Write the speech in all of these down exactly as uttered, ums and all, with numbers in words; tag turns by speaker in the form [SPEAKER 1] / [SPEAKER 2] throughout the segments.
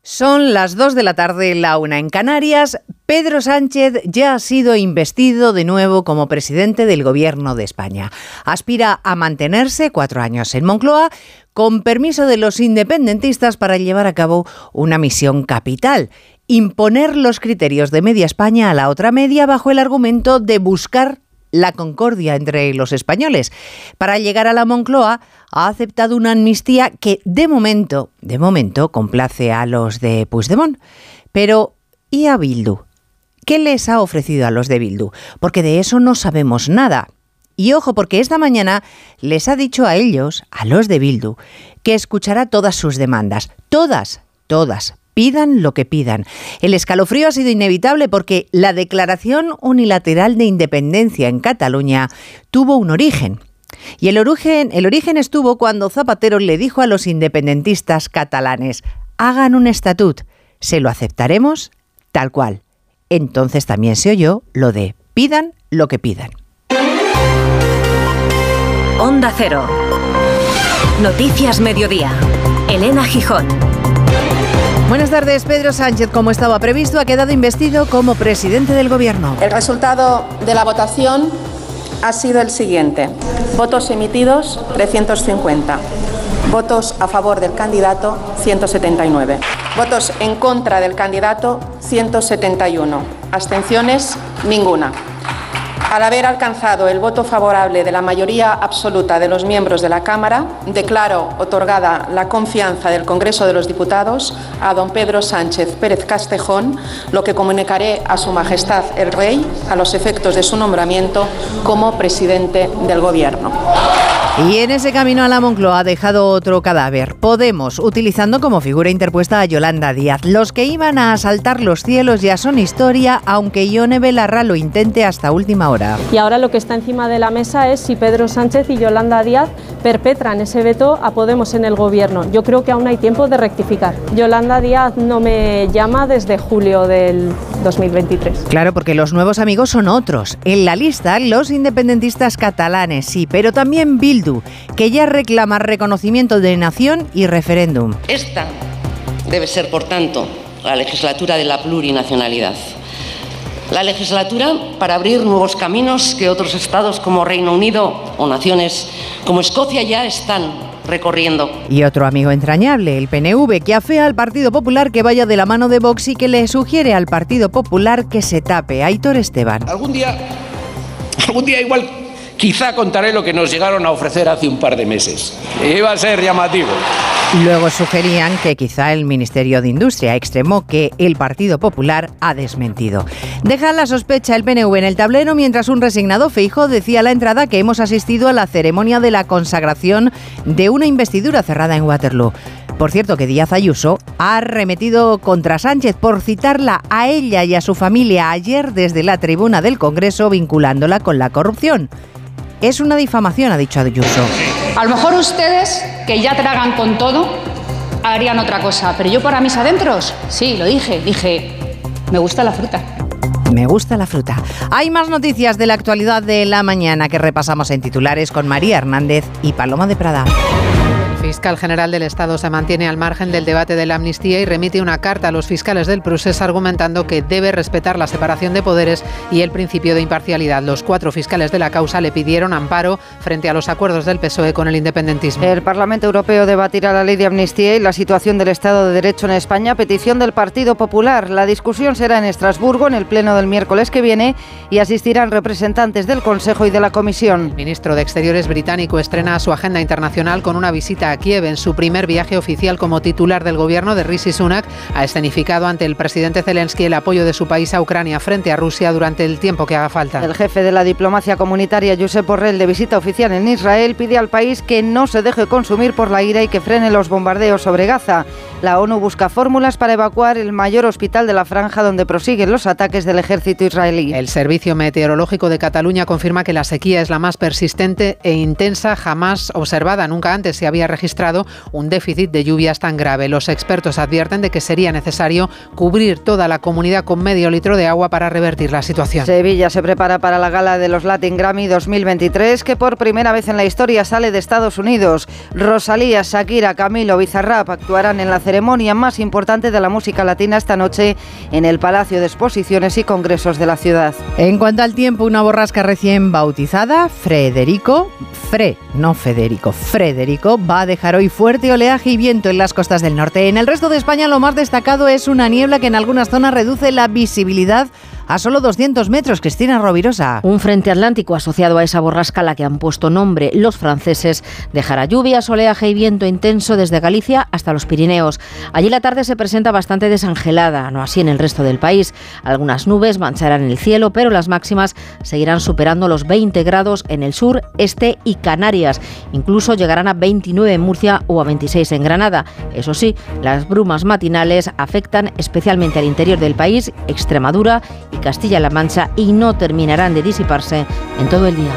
[SPEAKER 1] Son las dos de la tarde, la una en Canarias. Pedro Sánchez ya ha sido investido de nuevo como presidente del Gobierno de España. Aspira a mantenerse cuatro años en Moncloa, con permiso de los independentistas para llevar a cabo una misión capital: imponer los criterios de media España a la otra media bajo el argumento de buscar la concordia entre los españoles. Para llegar a la Moncloa ha aceptado una amnistía que de momento, de momento complace a los de Puigdemont. Pero ¿y a Bildu? ¿Qué les ha ofrecido a los de Bildu? Porque de eso no sabemos nada. Y ojo, porque esta mañana les ha dicho a ellos, a los de Bildu, que escuchará todas sus demandas. Todas, todas. Pidan lo que pidan. El escalofrío ha sido inevitable porque la declaración unilateral de independencia en Cataluña tuvo un origen. Y el origen, el origen estuvo cuando Zapatero le dijo a los independentistas catalanes: hagan un estatut, se lo aceptaremos tal cual. Entonces también se oyó lo de pidan lo que pidan.
[SPEAKER 2] Onda Cero. Noticias Mediodía. Elena Gijón.
[SPEAKER 1] Buenas tardes. Pedro Sánchez, como estaba previsto, ha quedado investido como presidente del Gobierno.
[SPEAKER 3] El resultado de la votación ha sido el siguiente: votos emitidos trescientos cincuenta, votos a favor del candidato ciento setenta y nueve, votos en contra del candidato ciento setenta y uno, abstenciones ninguna. Al haber alcanzado el voto favorable de la mayoría absoluta de los miembros de la Cámara, declaro otorgada la confianza del Congreso de los Diputados a don Pedro Sánchez Pérez Castejón, lo que comunicaré a Su Majestad el Rey a los efectos de su nombramiento como presidente del Gobierno.
[SPEAKER 1] Y en ese camino a la Moncloa ha dejado otro cadáver: Podemos, utilizando como figura interpuesta a Yolanda Díaz. Los que iban a asaltar los cielos ya son historia, aunque Ione Belarra lo intente hasta última hora.
[SPEAKER 4] Y ahora lo que está encima de la mesa es si Pedro Sánchez y Yolanda Díaz perpetran ese veto a Podemos en el Gobierno. Yo creo que aún hay tiempo de rectificar. Yolanda Díaz no me llama desde julio del dos mil veintitrés.
[SPEAKER 1] Claro, porque los nuevos amigos son otros. En la lista, los independentistas catalanes, sí, pero también Bildu, que ya reclama reconocimiento de nación y referéndum.
[SPEAKER 5] Esta debe ser, por tanto, la legislatura de la plurinacionalidad. La legislatura para abrir nuevos caminos que otros estados como Reino Unido o naciones como Escocia ya están recorriendo.
[SPEAKER 1] Y otro amigo entrañable, el P N V, que afea al Partido Popular que vaya de la mano de Vox y que le sugiere al Partido Popular que se tape. Aitor Esteban.
[SPEAKER 6] Algún día, algún día igual, quizá contaré lo que nos llegaron a ofrecer hace un par de meses. Iba a ser llamativo.
[SPEAKER 1] Luego sugerían que quizá el Ministerio de Industria, extremo que el Partido Popular ha desmentido. Deja la sospecha el P N V en el tablero mientras un resignado Feijóo decía a la entrada que hemos asistido a la ceremonia de la consagración de una investidura cerrada en Waterloo. Por cierto, que Díaz Ayuso ha arremetido contra Sánchez por citarla a ella y a su familia ayer desde la tribuna del Congreso, vinculándola con la corrupción. Es una difamación, ha dicho Ayuso.
[SPEAKER 7] A lo mejor ustedes, que ya tragan con todo, harían otra cosa. Pero yo para mis adentros, sí, lo dije. Dije, me gusta la fruta.
[SPEAKER 1] Me gusta la fruta. Hay más noticias de la actualidad de la mañana que repasamos en titulares con María Hernández y Paloma de Prada.
[SPEAKER 8] El fiscal general del Estado se mantiene al margen del debate de la amnistía y remite una carta a los fiscales del Procés argumentando que debe respetar la separación de poderes y el principio de imparcialidad. Los cuatro fiscales de la causa le pidieron amparo frente a los acuerdos del P S O E con el independentismo.
[SPEAKER 9] El Parlamento Europeo debatirá la ley de amnistía y la situación del Estado de Derecho en España, petición del Partido Popular. La discusión será en Estrasburgo en el pleno del miércoles que viene y asistirán representantes del Consejo y de la Comisión.
[SPEAKER 8] El ministro de Exteriores británico estrena su agenda internacional con una visita a Kiev. En su primer viaje oficial como titular del gobierno de Rishi Sunak, ha escenificado ante el presidente Zelensky el apoyo de su país a Ucrania frente a Rusia durante el tiempo que haga falta.
[SPEAKER 9] El jefe de la diplomacia comunitaria, Josep Borrell, de visita oficial en Israel, pide al país que no se deje consumir por la ira y que frene los bombardeos sobre Gaza. La ONU busca fórmulas para evacuar el mayor hospital de la franja donde prosiguen los ataques del ejército israelí.
[SPEAKER 8] El Servicio Meteorológico de Cataluña confirma que la sequía es la más persistente e intensa jamás observada. Nunca antes se había registrado registrado un déficit de lluvias tan grave. Los expertos advierten de que sería necesario cubrir toda la comunidad con medio litro de agua para revertir la situación.
[SPEAKER 9] Sevilla se prepara para la gala de los Latin Grammy dos mil veintitrés, que por primera vez en la historia sale de Estados Unidos. Rosalía, Shakira, Camilo, Bizarrap actuarán en la ceremonia más importante de la música latina esta noche en el Palacio de Exposiciones y Congresos de la ciudad.
[SPEAKER 1] En cuanto al tiempo, una borrasca recién bautizada, Frederico, Fre, no Federico, Frederico, va a dejar hoy fuerte oleaje y viento en las costas del norte. En el resto de España lo más destacado es una niebla que en algunas zonas reduce la visibilidad a solo doscientos metros. Cristina Rovirosa.
[SPEAKER 10] Un frente atlántico asociado a esa borrasca a la que han puesto nombre los franceses dejará lluvias, oleaje y viento intenso desde Galicia hasta los Pirineos. Allí la tarde se presenta bastante desangelada, no así en el resto del país. Algunas nubes mancharán el cielo, pero las máximas seguirán superando los veinte grados en el sur, este y Canarias. Incluso llegarán a veintinueve en Murcia o a veintiséis en Granada. Eso sí, las brumas matinales afectan especialmente al interior del país, Extremadura y Castilla-La Mancha, y no terminarán de disiparse en todo el día.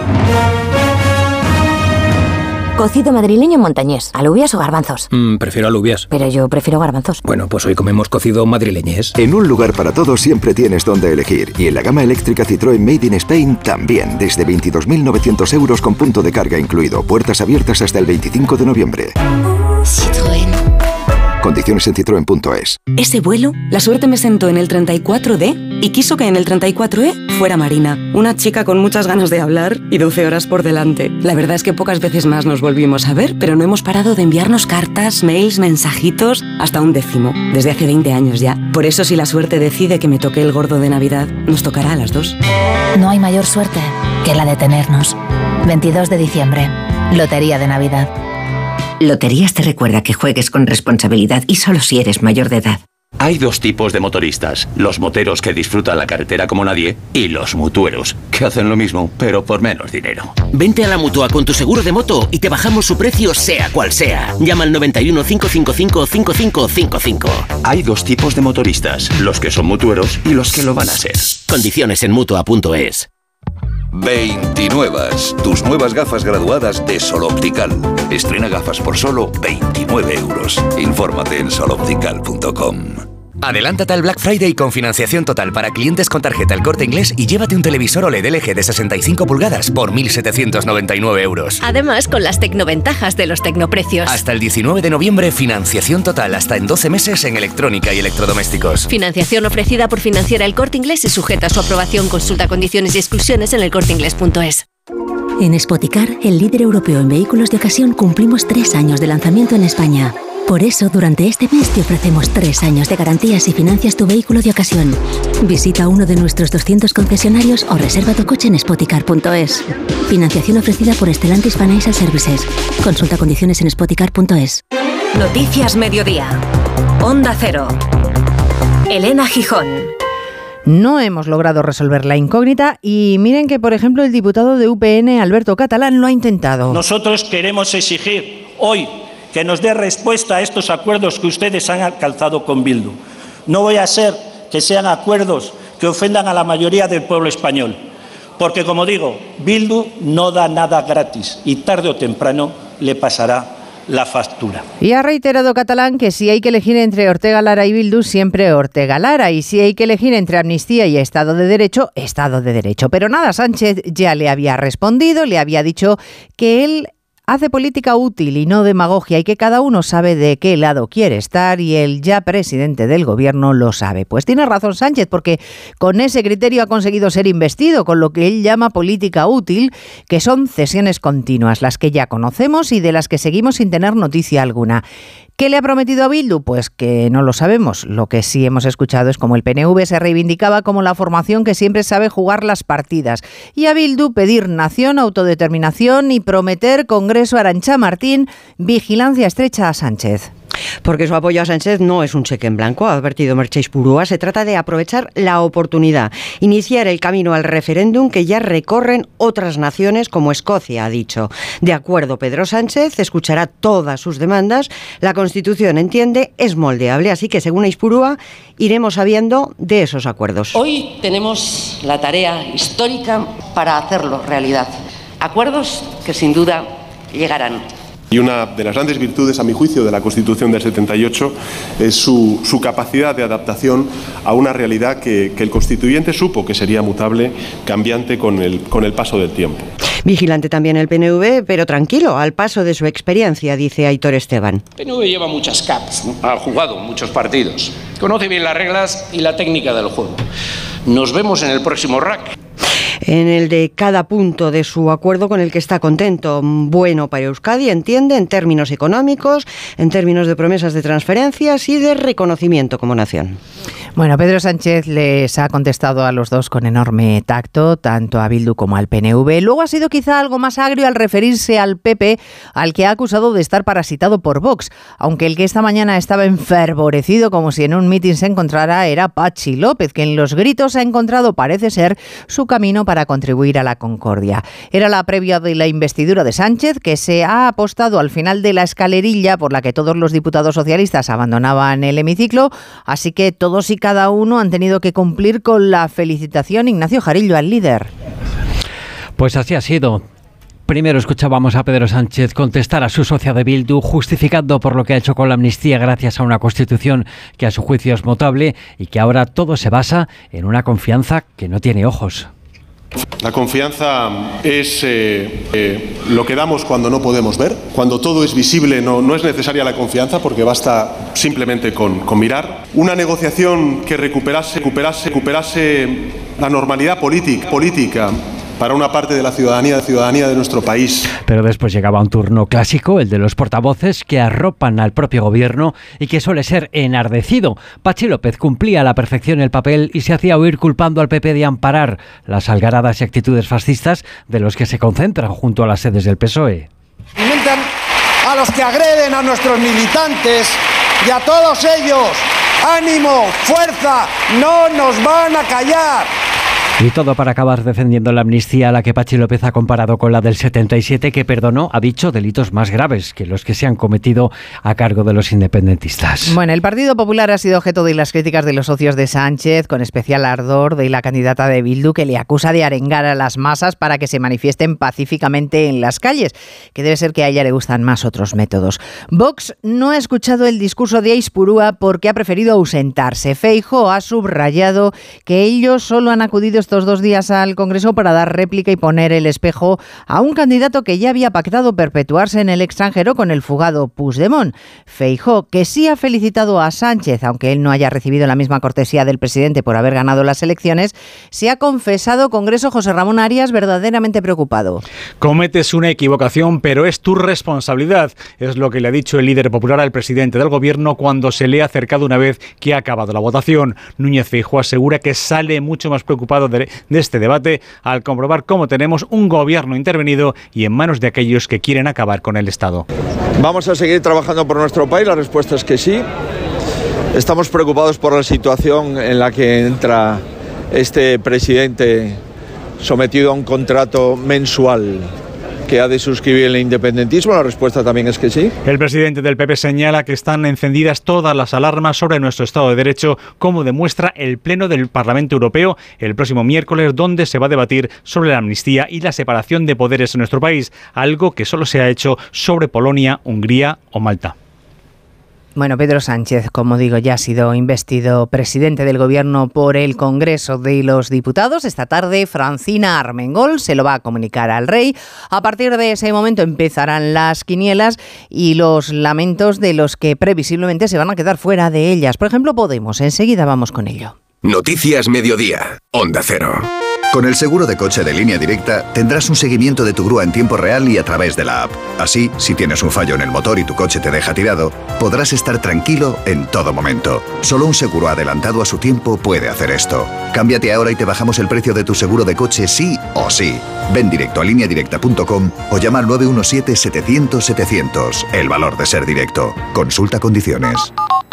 [SPEAKER 11] Cocido madrileño montañés, ¿alubias o garbanzos?
[SPEAKER 12] Mm, prefiero alubias.
[SPEAKER 11] Pero yo prefiero garbanzos.
[SPEAKER 12] Bueno, pues hoy comemos cocido madrileñés.
[SPEAKER 13] En un lugar para todos siempre tienes donde elegir. Y en la gama eléctrica Citroën Made in Spain también. Desde veintidós mil novecientos euros con punto de carga incluido. Puertas abiertas hasta el veinticinco de noviembre.
[SPEAKER 14] Citroën.
[SPEAKER 13] Condiciones en citroen punto es.
[SPEAKER 14] Ese vuelo, la suerte me sentó en el treinta y cuatro D y quiso que en el treinta y cuatro E fuera Marina, una chica con muchas ganas de hablar y doce horas por delante. La verdad es que pocas veces más nos volvimos a ver, pero no hemos parado de enviarnos cartas, mails, mensajitos, hasta un décimo, desde hace veinte años ya. Por eso, si la suerte decide que me toque el gordo de Navidad, nos tocará a las dos.
[SPEAKER 11] No hay mayor suerte que la de tenernos. veintidós de diciembre, Lotería de Navidad.
[SPEAKER 15] Loterías te recuerda que juegues con responsabilidad y solo si eres mayor de edad.
[SPEAKER 16] Hay dos tipos de motoristas, los moteros que disfrutan la carretera como nadie y los mutueros, que hacen lo mismo, pero por menos dinero.
[SPEAKER 17] Vente a la Mutua con tu seguro de moto y te bajamos su precio sea cual sea. Llama al noventa y uno, cinco cinco cinco, cinco cinco cinco cinco.
[SPEAKER 16] Hay dos tipos de motoristas, los que son mutueros y los que lo van a ser.
[SPEAKER 17] Condiciones en Mutua punto es.
[SPEAKER 18] veintinuevas, tus nuevas gafas graduadas de Sol Optical. Estrena gafas por solo veintinueve euros. Infórmate en sol optical punto com.
[SPEAKER 19] Adelántate al Black Friday con financiación total para clientes con tarjeta El Corte Inglés y llévate un televisor O L E D L G de sesenta y cinco pulgadas por mil setecientos noventa y nueve euros.
[SPEAKER 2] Además, con las tecnoventajas de los tecnoprecios.
[SPEAKER 19] Hasta el diecinueve de noviembre, financiación total hasta en doce meses en electrónica y electrodomésticos.
[SPEAKER 2] Financiación ofrecida por Financiera El Corte Inglés y sujeta a su aprobación. Consulta condiciones y exclusiones en el corte inglés punto es.
[SPEAKER 20] En Spoticar, el líder europeo en vehículos de ocasión, cumplimos tres años de lanzamiento en España. Por eso, durante este mes te ofrecemos tres años de garantías y financias tu vehículo de ocasión. Visita uno de nuestros doscientos concesionarios o reserva tu coche en spoticar punto es. Financiación ofrecida por Stellantis Financial Services. Consulta condiciones en spoticar punto es.
[SPEAKER 2] Noticias Mediodía. Onda Cero. Elena Gijón.
[SPEAKER 1] No hemos logrado resolver la incógnita y miren que, por ejemplo, el diputado de U P N, Alberto Catalán, lo ha intentado.
[SPEAKER 21] Nosotros queremos exigir hoy que nos dé respuesta a estos acuerdos que ustedes han alcanzado con Bildu. No voy a ser que sean acuerdos que ofendan a la mayoría del pueblo español, porque, como digo, Bildu no da nada gratis y tarde o temprano le pasará la factura.
[SPEAKER 1] Y ha reiterado Catalán que si hay que elegir entre Ortega Lara y Bildu, siempre Ortega Lara, y si hay que elegir entre amnistía y Estado de Derecho, Estado de Derecho. Pero nada, Sánchez ya le había respondido, le había dicho que él hace política útil y no demagogia y que cada uno sabe de qué lado quiere estar y el ya presidente del gobierno lo sabe. Pues tiene razón Sánchez, porque con ese criterio ha conseguido ser investido con lo que él llama política útil, que son cesiones continuas, las que ya conocemos y de las que seguimos sin tener noticia alguna. ¿Qué le ha prometido a Bildu? Pues que no lo sabemos. Lo que sí hemos escuchado es cómo el P N V se reivindicaba como la formación que siempre sabe jugar las partidas. Y a Bildu pedir nación, autodeterminación y prometer Congreso Arantxa Martín, vigilancia estrecha a Sánchez.
[SPEAKER 22] Porque su apoyo a Sánchez no es un cheque en blanco, ha advertido Mercedes Purúa. Se trata de aprovechar la oportunidad, iniciar el camino al referéndum que ya recorren otras naciones como Escocia, ha dicho. De acuerdo, Pedro Sánchez escuchará todas sus demandas. La Constitución, entiende, es moldeable, así que, según Aispurúa, iremos sabiendo de esos acuerdos.
[SPEAKER 5] Hoy tenemos la tarea histórica para hacerlo realidad. Acuerdos que sin duda llegarán.
[SPEAKER 3] Y una de las grandes virtudes, a mi juicio, de la Constitución del setenta y ocho es su, su capacidad de adaptación a una realidad que, que el constituyente supo que sería mutable, cambiante con el, con el paso del tiempo.
[SPEAKER 22] Vigilante también el P N V, pero tranquilo, al paso de su experiencia, dice Aitor Esteban.
[SPEAKER 6] El P N V lleva muchas caps, ¿no? Ha jugado muchos partidos, conoce bien las reglas y la técnica del juego. Nos vemos en el próximo R A C.
[SPEAKER 22] En el de cada punto de su acuerdo con el que está contento. Bueno para Euskadi, entiende, en términos económicos, en términos de promesas de transferencias y de reconocimiento como nación.
[SPEAKER 1] Bueno, Pedro Sánchez les ha contestado a los dos con enorme tacto, tanto a Bildu como al P N V. Luego ha sido quizá algo más agrio al referirse al P P, al que ha acusado de estar parasitado por Vox, aunque el que esta mañana estaba enfervorecido como si en un mitin se encontrara era Patxi López, que en los gritos ha encontrado, parece ser, su camino para contribuir a la concordia. Era la previa de la investidura de Sánchez, que se ha apostado al final de la escalerilla por la que todos los diputados socialistas abandonaban el hemiciclo, así que todos y cada uno han tenido que cumplir con la felicitación. Ignacio Jarillo, al líder.
[SPEAKER 4] Pues así ha sido. Primero escuchábamos a Pedro Sánchez contestar a su socia de Bildu, justificando por lo que ha hecho con la amnistía gracias a una Constitución que a su juicio es mutable y que ahora todo se basa en una confianza que no tiene ojos.
[SPEAKER 3] La confianza es eh, eh, lo que damos cuando no podemos ver. Cuando todo es visible no, no es necesaria la confianza porque basta simplemente con, con mirar. Una negociación que recuperase, recuperase, recuperase la normalidad política, política para una parte de la ciudadanía, ciudadanía de nuestro país.
[SPEAKER 4] Pero después llegaba un turno clásico, el de los portavoces que arropan al propio gobierno y que suele ser enardecido. Patxi López cumplía a la perfección el papel y se hacía oír culpando al P P de amparar las algaradas y actitudes fascistas de los que se concentran junto a las sedes del P S O E.
[SPEAKER 23] Alimentan a los que agreden a nuestros militantes y a todos ellos. ¡Ánimo! ¡Fuerza! ¡No nos van a callar!
[SPEAKER 4] Y todo para acabar defendiendo la amnistía a la que Patxi López ha comparado con la del setenta y siete, que perdonó, ha dicho, delitos más graves que los que se han cometido a cargo de los independentistas.
[SPEAKER 1] Bueno, el Partido Popular ha sido objeto de las críticas de los socios de Sánchez, con especial ardor de la candidata de Bildu, que le acusa de arengar a las masas para que se manifiesten pacíficamente en las calles, que debe ser que a ella le gustan más otros métodos. Vox no ha escuchado el discurso de Aizpurúa porque ha preferido ausentarse. Feijóo ha subrayado que ellos solo han acudido estos dos días al Congreso para dar réplica y poner el espejo a un candidato que ya había pactado perpetuarse en el extranjero con el fugado Puigdemont. Feijóo, que sí ha felicitado a Sánchez, aunque él no haya recibido la misma cortesía del presidente por haber ganado las elecciones, se ha confesado, Congreso, José Ramón Arias, verdaderamente preocupado.
[SPEAKER 24] Cometes una equivocación, pero es tu responsabilidad. Es lo que le ha dicho el líder popular al presidente del gobierno cuando se le ha acercado una vez que ha acabado la votación. Núñez Feijóo asegura que sale mucho más preocupado de de este debate al comprobar cómo tenemos un gobierno intervenido y en manos de aquellos que quieren acabar con el Estado.
[SPEAKER 25] ¿Vamos a seguir trabajando por nuestro país? La respuesta es que sí. Estamos preocupados por la situación en la que entra este presidente sometido a un contrato mensual que ha de suscribir el independentismo. La respuesta también es que sí.
[SPEAKER 24] El presidente del P P señala que están encendidas todas las alarmas sobre nuestro Estado de Derecho, como demuestra el Pleno del Parlamento Europeo el próximo miércoles, donde se va a debatir sobre la amnistía y la separación de poderes en nuestro país, algo que solo se ha hecho sobre Polonia, Hungría o Malta.
[SPEAKER 1] Bueno, Pedro Sánchez, como digo, ya ha sido investido presidente del Gobierno por el Congreso de los Diputados. Esta tarde, Francina Armengol se lo va a comunicar al rey. A partir de ese momento empezarán las quinielas y los lamentos de los que previsiblemente se van a quedar fuera de ellas. Por ejemplo, Podemos. Enseguida vamos con ello.
[SPEAKER 13] Noticias Mediodía. Onda Cero. Con el seguro de coche de Línea Directa tendrás un seguimiento de tu grúa en tiempo real y a través de la app. Así, si tienes un fallo en el motor y tu coche te deja tirado, podrás estar tranquilo en todo momento. Solo un seguro adelantado a su tiempo puede hacer esto. Cámbiate ahora y te bajamos el precio de tu seguro de coche sí o sí. Ven directo a línea directa punto com o llama al nueve uno siete, setecientos, setecientos. El valor de ser directo. Consulta condiciones.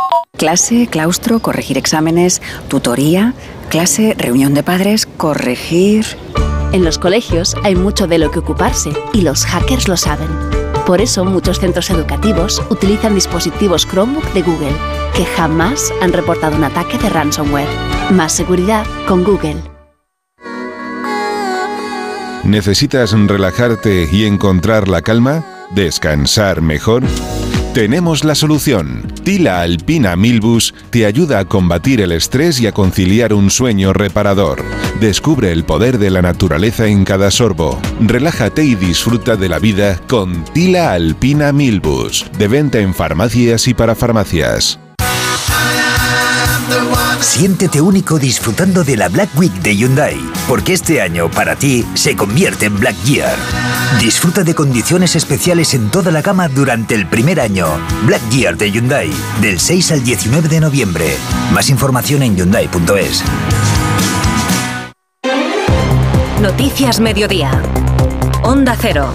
[SPEAKER 26] Clase, claustro, corregir exámenes, tutoría, clase, reunión de padres, corregir...
[SPEAKER 2] En los colegios hay mucho de lo que ocuparse y los hackers lo saben. Por eso muchos centros educativos utilizan dispositivos Chromebook de Google, que jamás han reportado un ataque de ransomware. Más seguridad con Google.
[SPEAKER 27] ¿Necesitas relajarte y encontrar la calma?
[SPEAKER 7] ¿Descansar mejor? Tenemos la solución. Tila Alpina Milbus te ayuda a combatir el estrés y a conciliar un sueño reparador. Descubre el poder de la naturaleza en cada sorbo. Relájate y disfruta de la vida con Tila Alpina Milbus. De venta en farmacias y para farmacias.
[SPEAKER 8] Siéntete único disfrutando de la Black Week de Hyundai, porque este año para ti se convierte en Black Year. Disfruta de condiciones especiales en toda la gama durante el primer año. Black Year de Hyundai, del seis al diecinueve de noviembre. Más información en hyundai punto es.
[SPEAKER 9] Noticias Mediodía. Onda Cero.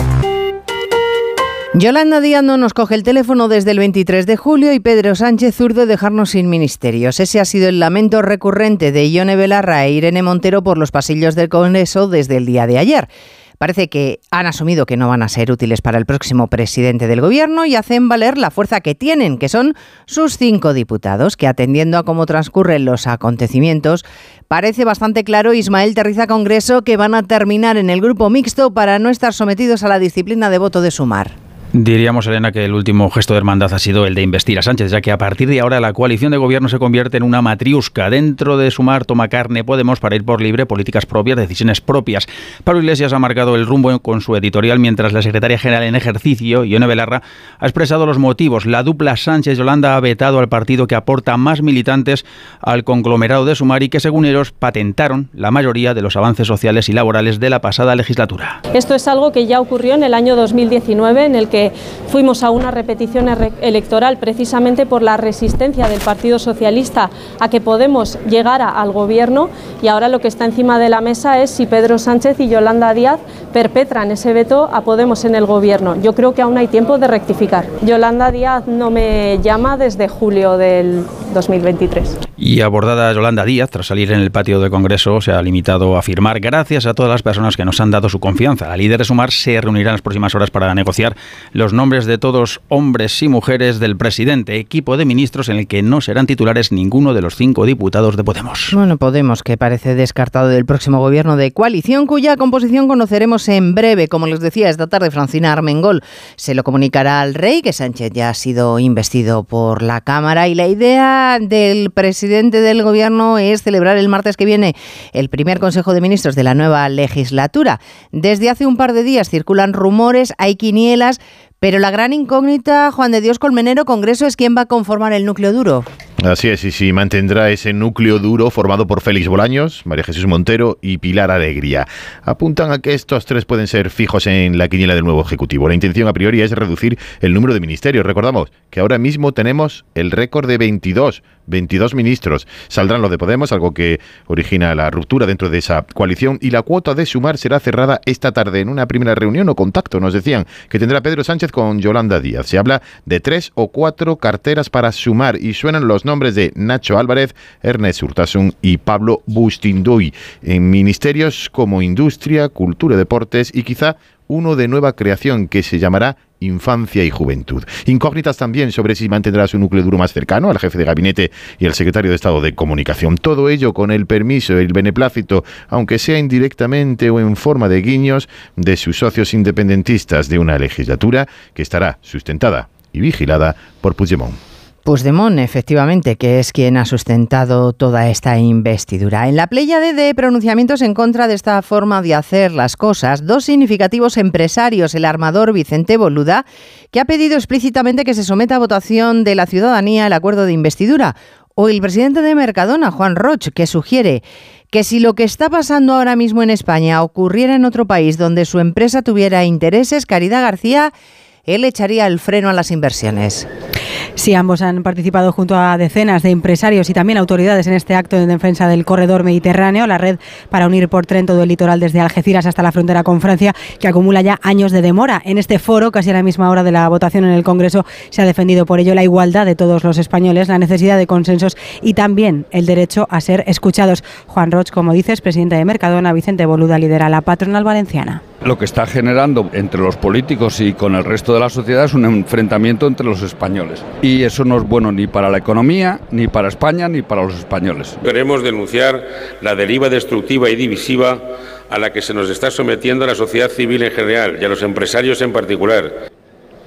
[SPEAKER 1] Yolanda Díaz no nos coge el teléfono desde el veintitrés de julio y Pedro Sánchez zurdo dejarnos sin ministerios. Ese ha sido el lamento recurrente de Ione Belarra e Irene Montero por los pasillos del Congreso desde el día de ayer. Parece que han asumido que no van a ser útiles para el próximo presidente del Gobierno y hacen valer la fuerza que tienen, que son sus cinco diputados, que atendiendo a cómo transcurren los acontecimientos, parece bastante claro, Ismael Terriza Congreso, que van a terminar en el grupo mixto para no estar sometidos a la disciplina de voto de Sumar.
[SPEAKER 10] Diríamos, Elena, que el último gesto de hermandad ha sido el de investir a Sánchez, ya que a partir de ahora la coalición de gobierno se convierte en una matriusca. Dentro de Sumar toma carne Podemos para ir por libre, políticas propias, decisiones propias. Pablo Iglesias ha marcado el rumbo con su editorial, mientras la secretaria general en ejercicio, Ione Belarra, ha expresado los motivos. La dupla Sánchez-Yolanda ha vetado al partido que aporta más militantes al conglomerado de Sumar y que, según ellos, patentaron la mayoría de los avances sociales y laborales de la pasada legislatura.
[SPEAKER 12] Esto es algo que ya ocurrió en el año dos mil diecinueve, en el que fuimos a una repetición electoral precisamente por la resistencia del Partido Socialista a que Podemos llegara al gobierno, y ahora lo que está encima de la mesa es si Pedro Sánchez y Yolanda Díaz perpetran ese veto a Podemos en el gobierno. Yo creo que aún hay tiempo de rectificar. Yolanda Díaz no me llama desde julio del dos mil veintitrés.
[SPEAKER 10] Y abordada Yolanda Díaz, tras salir en el patio del Congreso, se ha limitado a afirmar: gracias a todas las personas que nos han dado su confianza. La líder de Sumar se reunirá en las próximas horas para negociar los nombres de todos hombres y mujeres del presidente, equipo de ministros en el que no serán titulares ninguno de los cinco diputados de Podemos.
[SPEAKER 1] Bueno, Podemos, que parece descartado del próximo gobierno de coalición, cuya composición conoceremos en breve. Como les decía esta tarde, Francina Armengol se lo comunicará al rey, que Sánchez ya ha sido investido por la Cámara, y la idea del presidente del gobierno es celebrar el martes que viene el primer Consejo de Ministros de la nueva legislatura. Desde hace un par de días circulan rumores, hay quinielas, pero la gran incógnita, Juan de Dios Colmenero, Congreso, es quién va a conformar el núcleo duro.
[SPEAKER 14] Así es, y sí, mantendrá ese núcleo duro formado por Félix Bolaños, María Jesús Montero y Pilar Alegría. Apuntan a que estos tres pueden ser fijos en la quiniela del nuevo Ejecutivo. La intención a priori es reducir el número de ministerios. Recordamos que ahora mismo tenemos el récord de veintidós, veintidós ministros. Saldrán los de Podemos, algo que origina la ruptura dentro de esa coalición, y la cuota de Sumar será cerrada esta tarde en una primera reunión o contacto, nos decían, que tendrá Pedro Sánchez con Yolanda Díaz. Se habla de tres o cuatro carteras para Sumar y suenan los nombres de Nacho Álvarez, Ernest Urtasun y Pablo Bustinduy en ministerios como Industria, Cultura y Deportes, y quizá uno de nueva creación que se llamará Infancia y Juventud. Incógnitas también sobre si mantendrá su núcleo duro más cercano al jefe de gabinete y al secretario de Estado de Comunicación. Todo ello con el permiso, el beneplácito, aunque sea indirectamente o en forma de guiños, de sus socios independentistas, de una legislatura que estará sustentada y vigilada por Puigdemont.
[SPEAKER 1] Puigdemont, efectivamente, que es quien ha sustentado toda esta investidura. En la pléyade de pronunciamientos en contra de esta forma de hacer las cosas, dos significativos empresarios, el armador Vicente Boluda, que ha pedido explícitamente que se someta a votación de la ciudadanía el acuerdo de investidura, o el presidente de Mercadona, Juan Roch, que sugiere que si lo que está pasando ahora mismo en España ocurriera en otro país donde su empresa tuviera intereses, Caridad García, él echaría el freno a las inversiones.
[SPEAKER 27] Sí, ambos han participado junto a decenas de empresarios y también autoridades en este acto en defensa del corredor mediterráneo, la red para unir por tren todo el litoral desde Algeciras hasta la frontera con Francia, que acumula ya años de demora. En este foro, casi a la misma hora de la votación en el Congreso, se ha defendido por ello la igualdad de todos los españoles, la necesidad de consensos y también el derecho a ser escuchados. Juan Roch, como dices, presidente de Mercadona, Vicente Boluda lidera la patronal valenciana.
[SPEAKER 28] Lo que está generando entre los políticos y con el resto de la sociedad es un enfrentamiento entre los españoles. Y eso no es bueno ni para la economía, ni para España, ni para los españoles.
[SPEAKER 29] Queremos denunciar la deriva destructiva y divisiva a la que se nos está sometiendo a la sociedad civil en general y a los empresarios en particular.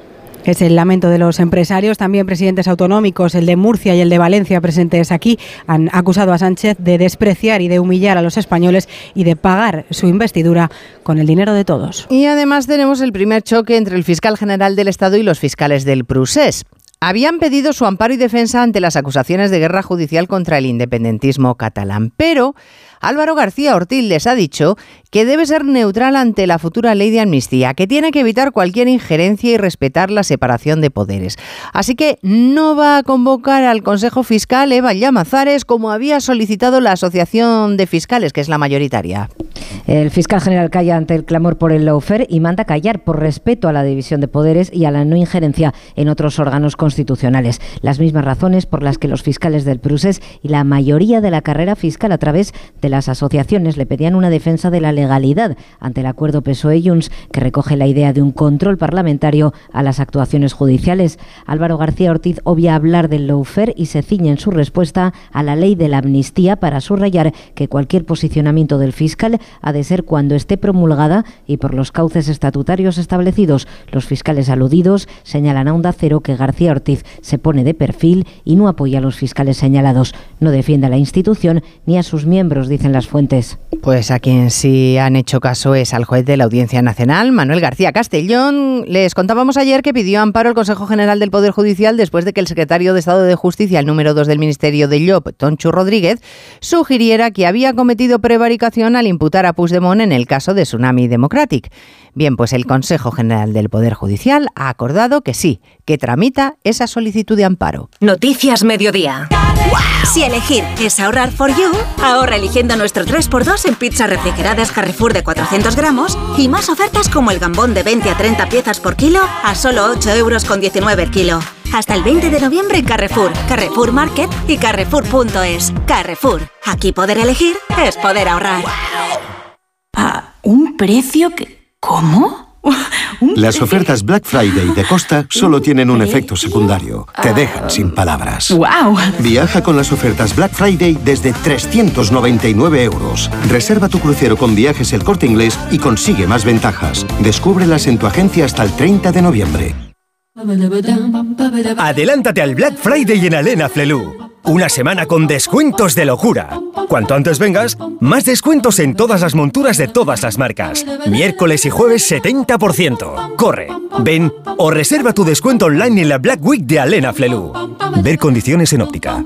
[SPEAKER 27] Es el lamento de los empresarios. También presidentes autonómicos, el de Murcia y el de Valencia, presentes aquí, han acusado a Sánchez de despreciar y de humillar a los españoles y de pagar su investidura con el dinero de todos.
[SPEAKER 1] Y además tenemos el primer choque entre el fiscal general del Estado y los fiscales del Prusés. Habían pedido su amparo y defensa ante las acusaciones de guerra judicial contra el independentismo catalán, pero Álvaro García Ortiz les ha dicho que debe ser neutral ante la futura ley de amnistía, que tiene que evitar cualquier injerencia y respetar la separación de poderes. Así que no va a convocar al Consejo Fiscal Eva Llamazares como había solicitado la Asociación de Fiscales, que es la mayoritaria.
[SPEAKER 5] El fiscal general calla ante el clamor por el lawfare y manda callar por respeto a la división de poderes y a la no injerencia en otros órganos constitucionales. Las mismas razones por las que los fiscales del Prusés y la mayoría de la carrera fiscal a través de las asociaciones le pedían una defensa de la legalidad ante el acuerdo P S O E-Junts que recoge la idea de un control parlamentario a las actuaciones judiciales. Álvaro García Ortiz obvia hablar del lawfare y se ciñe en su respuesta a la ley de la amnistía para subrayar que cualquier posicionamiento del fiscal ha de ser cuando esté promulgada y por los cauces estatutarios establecidos. Los fiscales aludidos señalan a Onda Cero que García Ortiz se pone de perfil y no apoya a los fiscales señalados. No defiende a la institución ni a sus miembros, dicen las fuentes.
[SPEAKER 1] Pues a quien sí han hecho caso es al juez de la Audiencia Nacional, Manuel García Castellón. Les contábamos ayer que pidió amparo al Consejo General del Poder Judicial después de que el secretario de Estado de Justicia, el número dos del Ministerio de Llop, Tonchu Rodríguez, sugiriera que había cometido prevaricación al imputar a Puigdemont en el caso de Tsunami Democratic. Bien, pues el Consejo General del Poder Judicial ha acordado que sí, que tramita esa solicitud de amparo.
[SPEAKER 9] Noticias Mediodía. ¡Wow! Si elegir es ahorrar for you, ahorra eligiendo nuestro tres por dos en pizzas refrigeradas Carrefour de cuatrocientos gramos y más ofertas como el gambón de veinte a treinta piezas por kilo a solo ocho euros con diecinueve el kilo. Hasta el veinte de noviembre en Carrefour, Carrefour Market y Carrefour punto es. Carrefour. Aquí poder elegir es poder ahorrar.
[SPEAKER 11] ¿A un precio que... ¿Cómo?
[SPEAKER 15] Las ofertas Black Friday de Costa solo tienen un efecto secundario. Te dejan sin palabras.
[SPEAKER 11] ¡Wow!
[SPEAKER 15] Viaja con las ofertas Black Friday desde trescientos noventa y nueve euros. Reserva tu crucero con Viajes El Corte Inglés y consigue más ventajas. Descúbrelas en tu agencia hasta el treinta de noviembre.
[SPEAKER 16] Adelántate al Black Friday en Alena Flelu. Una semana con descuentos de locura. Cuanto antes vengas, más descuentos en todas las monturas de todas las marcas. Miércoles y jueves setenta por ciento. Corre, ven o reserva tu descuento online en la Black Week de Alena Flelu. Ver condiciones en óptica.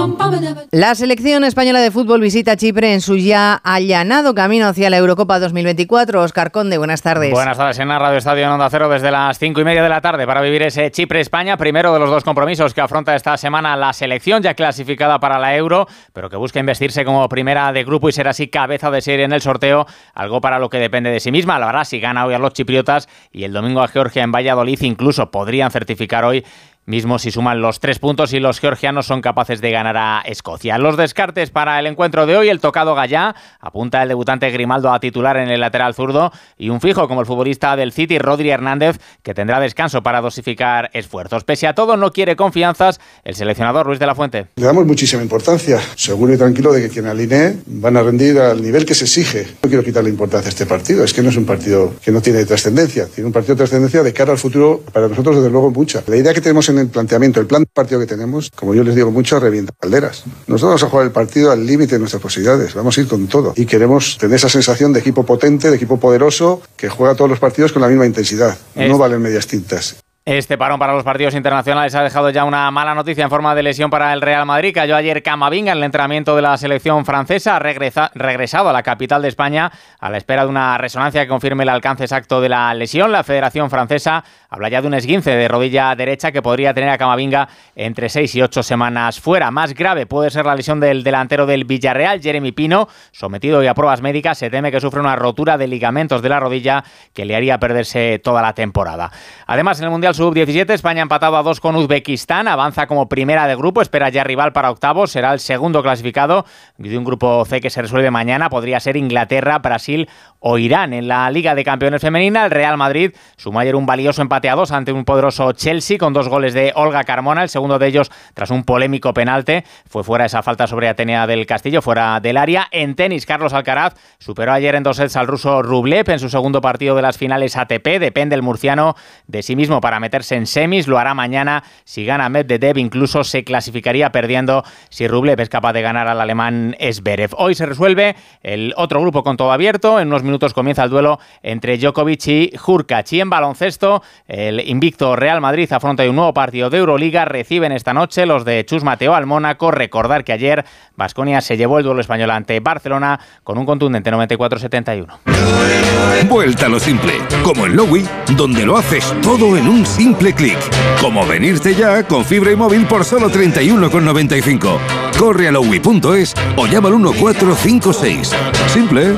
[SPEAKER 1] La selección española de fútbol visita Chipre en su ya allanado camino hacia la Eurocopa dos mil veinticuatro. Óscar Conde, buenas tardes.
[SPEAKER 17] Buenas tardes en la Radio Estadio en Onda Cero desde las cinco y media de la tarde para vivir ese Chipre-España, primero de los dos compromisos que afronta esta semana la selección, ya clasificada para la Euro, pero que busca investirse como primera de grupo y ser así cabeza de serie en el sorteo, algo para lo que depende de sí misma. La verdad, si gana hoy a los chipriotas y el domingo a Georgia en Valladolid, incluso podrían certificar hoy mismo si suman los tres puntos y los georgianos son capaces de ganar a Escocia. Los descartes para el encuentro de hoy: el tocado Gallá, apunta el debutante Grimaldo a titular en el lateral zurdo, y un fijo como el futbolista del City, Rodri Hernández, que tendrá descanso para dosificar esfuerzos. Pese a todo, no quiere confianzas el seleccionador Luis de la Fuente.
[SPEAKER 18] Le damos muchísima importancia, seguro y tranquilo de que quien alinee van a rendir al nivel que se exige. No quiero quitarle importancia a este partido, es que no es un partido que no tiene trascendencia, tiene un partido de trascendencia de cara al futuro, para nosotros desde luego mucha. La idea que tenemos en el planteamiento, el plan de partido que tenemos, como yo les digo mucho, revienta calderas. Nosotros vamos a jugar el partido al límite de nuestras posibilidades, vamos a ir con todo y queremos tener esa sensación de equipo potente, de equipo poderoso, que juega todos los partidos con la misma intensidad. Es... No valen medias tintas.
[SPEAKER 17] Este parón para los partidos internacionales ha dejado ya una mala noticia en forma de lesión para el Real Madrid. Cayó ayer Camavinga en el entrenamiento de la selección francesa. Ha regresa, regresado a la capital de España a la espera de una resonancia que confirme el alcance exacto de la lesión. La Federación Francesa habla ya de un esguince de rodilla derecha que podría tener a Camavinga entre seis y ocho semanas fuera. Más grave puede ser la lesión del delantero del Villarreal, Jeremy Pino, sometido hoy a pruebas médicas. Se teme que sufre una rotura de ligamentos de la rodilla que le haría perderse toda la temporada. Además, en el Mundial sub diecisiete, España ha empatado a dos con Uzbekistán, avanza como primera de grupo, espera ya rival para octavos, será el segundo clasificado de un grupo C que se resuelve mañana. Podría ser Inglaterra, Brasil o Irán. En la Liga de Campeones femenina, el Real Madrid sumó ayer un valioso empate a dos ante un poderoso Chelsea con dos goles de Olga Carmona, el segundo de ellos tras un polémico penalte. Fue fuera esa falta sobre Atenea del Castillo, fuera del área. En tenis, Carlos Alcaraz superó ayer en dos sets al ruso Rublev en su segundo partido de las finales A T P. Depende el murciano de sí mismo para meterse en semis. Lo hará mañana si gana Medvedev. Incluso se clasificaría perdiendo si Rublev es capaz de ganar al alemán Zverev. Hoy se resuelve el otro grupo con todo abierto. En unos minutos comienza el duelo entre Djokovic y Hurkacz. Y en baloncesto, el invicto Real Madrid afronta un nuevo partido de Euroliga. Reciben esta noche los de Chus Mateo al Mónaco. Recordar que ayer Baskonia se llevó el duelo español ante Barcelona con un contundente noventa y cuatro setenta y uno.
[SPEAKER 3] Vuelta a lo simple, como en Lowy, donde lo haces todo en un simple clic. Como venirte ya con fibra y móvil por solo treinta y uno con noventa y cinco. Corre a lowy punto es o llama al uno cuatro cinco seis. Simple.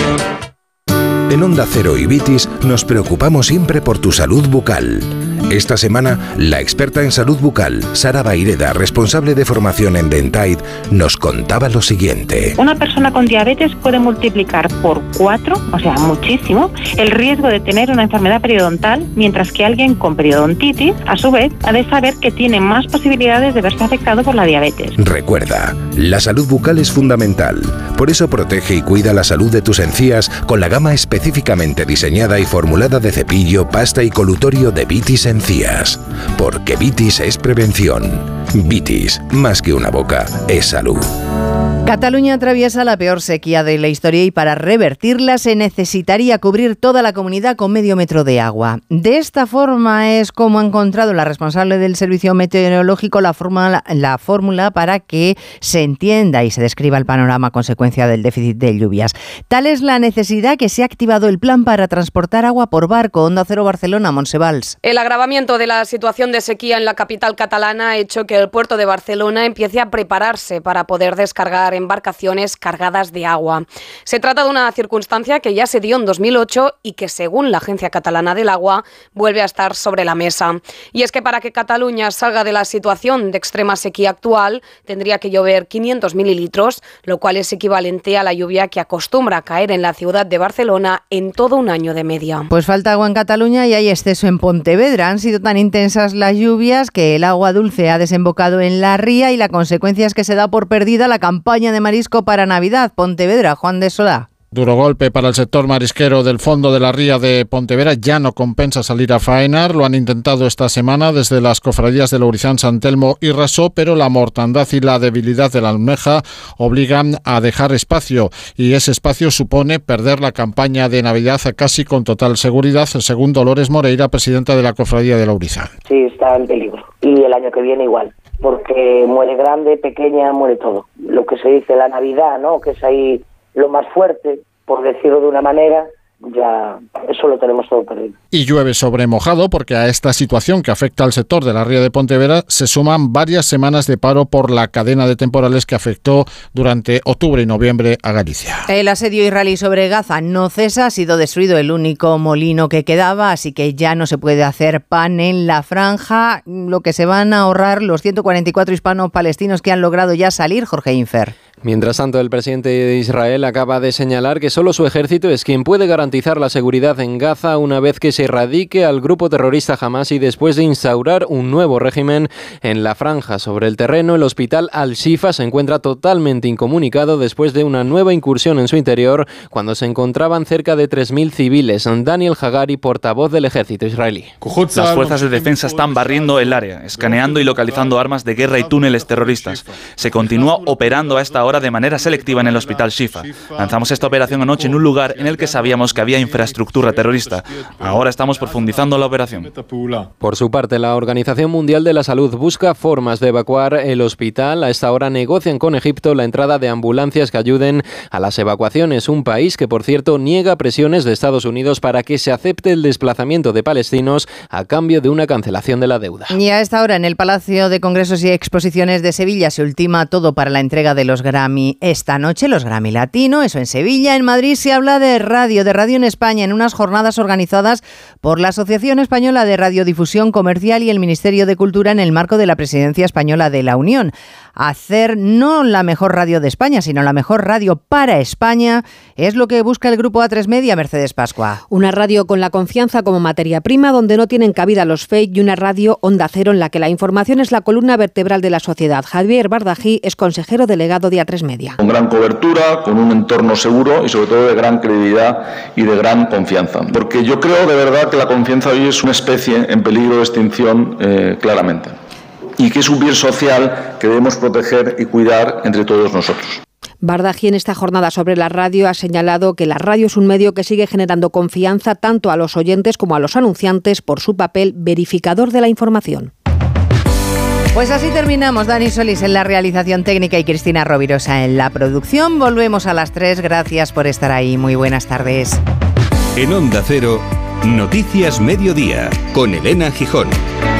[SPEAKER 4] En Onda Cero y Vitis nos preocupamos siempre por tu salud bucal. Esta semana, la experta en salud bucal, Sara Baireda, responsable de formación en Dentaid, nos contaba lo siguiente.
[SPEAKER 6] Una persona con diabetes puede multiplicar por cuatro, o sea, muchísimo, el riesgo de tener una enfermedad periodontal, mientras que alguien con periodontitis, a su vez, ha de saber que tiene más posibilidades de verse afectado por la diabetes.
[SPEAKER 4] Recuerda, la salud bucal es fundamental. Por eso protege y cuida la salud de tus encías con la gama específicamente diseñada y formulada de cepillo, pasta y colutorio de Vitis Encías. Porque Vitis es prevención. Vitis, más que una boca, es salud.
[SPEAKER 1] Cataluña atraviesa la peor sequía de la historia y para revertirla se necesitaría cubrir toda la comunidad con medio metro de agua. De esta forma es como ha encontrado la responsable del Servicio Meteorológico la fórmula, la fórmula para que se entienda y se describa el panorama a consecuencia del déficit de lluvias. Tal es la necesidad que se ha activado el plan para transportar agua por barco. Onda Cero Barcelona, Montse Valls.
[SPEAKER 19] El agravamiento de la situación de sequía en la capital catalana ha hecho que el puerto de Barcelona empiece a prepararse para poder descargar embarcaciones cargadas de agua. Se trata de una circunstancia que ya se dio en dos mil ocho y que, según la Agencia Catalana del Agua, vuelve a estar sobre la mesa. Y es que para que Cataluña salga de la situación de extrema sequía actual, tendría que llover quinientos mililitros, lo cual es equivalente a la lluvia que acostumbra a caer en la ciudad de Barcelona en todo un año de media.
[SPEAKER 1] Pues falta agua en Cataluña y hay exceso en Pontevedra. Han sido tan intensas las lluvias que el agua dulce ha desembocado en la ría y la consecuencia es que se da por perdida la campaña de marisco para Navidad. Pontevedra, Juan de Solá.
[SPEAKER 20] Duro golpe para el sector marisquero del fondo de la ría de Pontevedra. Ya no compensa salir a faenar. Lo han intentado esta semana desde las cofradías de Lourizán, San Telmo y Rasó, pero la mortandad y la debilidad de la almeja obligan a dejar espacio y ese espacio supone perder la campaña de Navidad casi con total seguridad, según Dolores Moreira, presidenta de la cofradía de Lourizán.
[SPEAKER 21] Sí, está en peligro y el año que viene igual, porque muere grande, pequeña, muere todo. Lo que se dice la Navidad, ¿no? Que es ahí lo más fuerte, por decirlo de una manera, ya eso lo tenemos todo perdido.
[SPEAKER 20] Y llueve sobre mojado porque a esta situación que afecta al sector de la ría de Pontevedra se suman varias semanas de paro por la cadena de temporales que afectó durante octubre y noviembre a Galicia.
[SPEAKER 1] El asedio israelí sobre Gaza no cesa, ha sido destruido el único molino que quedaba, así que ya no se puede hacer pan en la franja, lo que se van a ahorrar los ciento cuarenta y cuatro hispanos palestinos que han logrado ya salir. Jorge Infer.
[SPEAKER 22] Mientras tanto, el presidente de Israel acaba de señalar que solo su ejército es quien puede garantizar la seguridad en Gaza una vez que se erradique al grupo terrorista Hamas y después de instaurar un nuevo régimen en la franja. Sobre el terreno, el hospital Al-Shifa se encuentra totalmente incomunicado después de una nueva incursión en su interior cuando se encontraban cerca de tres mil civiles. Daniel Hagari, portavoz del ejército israelí.
[SPEAKER 23] Las fuerzas de defensa están barriendo el área, escaneando y localizando armas de guerra y túneles terroristas. Se continúa operando a esta hora de manera selectiva en el hospital Shifa. Lanzamos esta operación anoche en un lugar en el que sabíamos que había infraestructura terrorista. Ahora estamos profundizando la operación.
[SPEAKER 22] Por su parte, la Organización Mundial de la Salud busca formas de evacuar el hospital. A esta hora negocian con Egipto la entrada de ambulancias que ayuden a las evacuaciones. Un país que, por cierto, niega presiones de Estados Unidos para que se acepte el desplazamiento de palestinos a cambio de una cancelación de la deuda.
[SPEAKER 1] Y a esta hora en el Palacio de Congresos y Exposiciones de Sevilla se ultima todo para la entrega de los Grammy esta noche, los Grammy Latino, eso en Sevilla. En Madrid se habla de radio, de radio en España, en unas jornadas organizadas por la Asociación Española de Radiodifusión Comercial y el Ministerio de Cultura en el marco de la Presidencia Española de la Unión. Hacer no la mejor radio de España, sino la mejor radio para España, es lo que busca el Grupo A tres Media. Mercedes Pascua.
[SPEAKER 25] Una radio con la confianza como materia prima, donde no tienen cabida los fake, y una radio Onda Cero en la que la información es la columna vertebral de la sociedad. Javier Bardají es consejero delegado de A tres tres Media.
[SPEAKER 2] Con gran cobertura, con un entorno seguro y sobre todo de gran credibilidad y de gran confianza. Porque yo creo de verdad que la confianza hoy es una especie en peligro de extinción eh, claramente. Y que es un bien social que debemos proteger y cuidar entre todos nosotros.
[SPEAKER 25] Bardají en esta jornada sobre la radio ha señalado que la radio es un medio que sigue generando confianza tanto a los oyentes como a los anunciantes por su papel verificador de la información.
[SPEAKER 1] Pues así terminamos. Dani Solís en la realización técnica y Cristina Rovirosa en la producción. Volvemos a las tres. Gracias por estar ahí. Muy buenas tardes.
[SPEAKER 3] En Onda Cero, Noticias Mediodía, con Elena Gijón.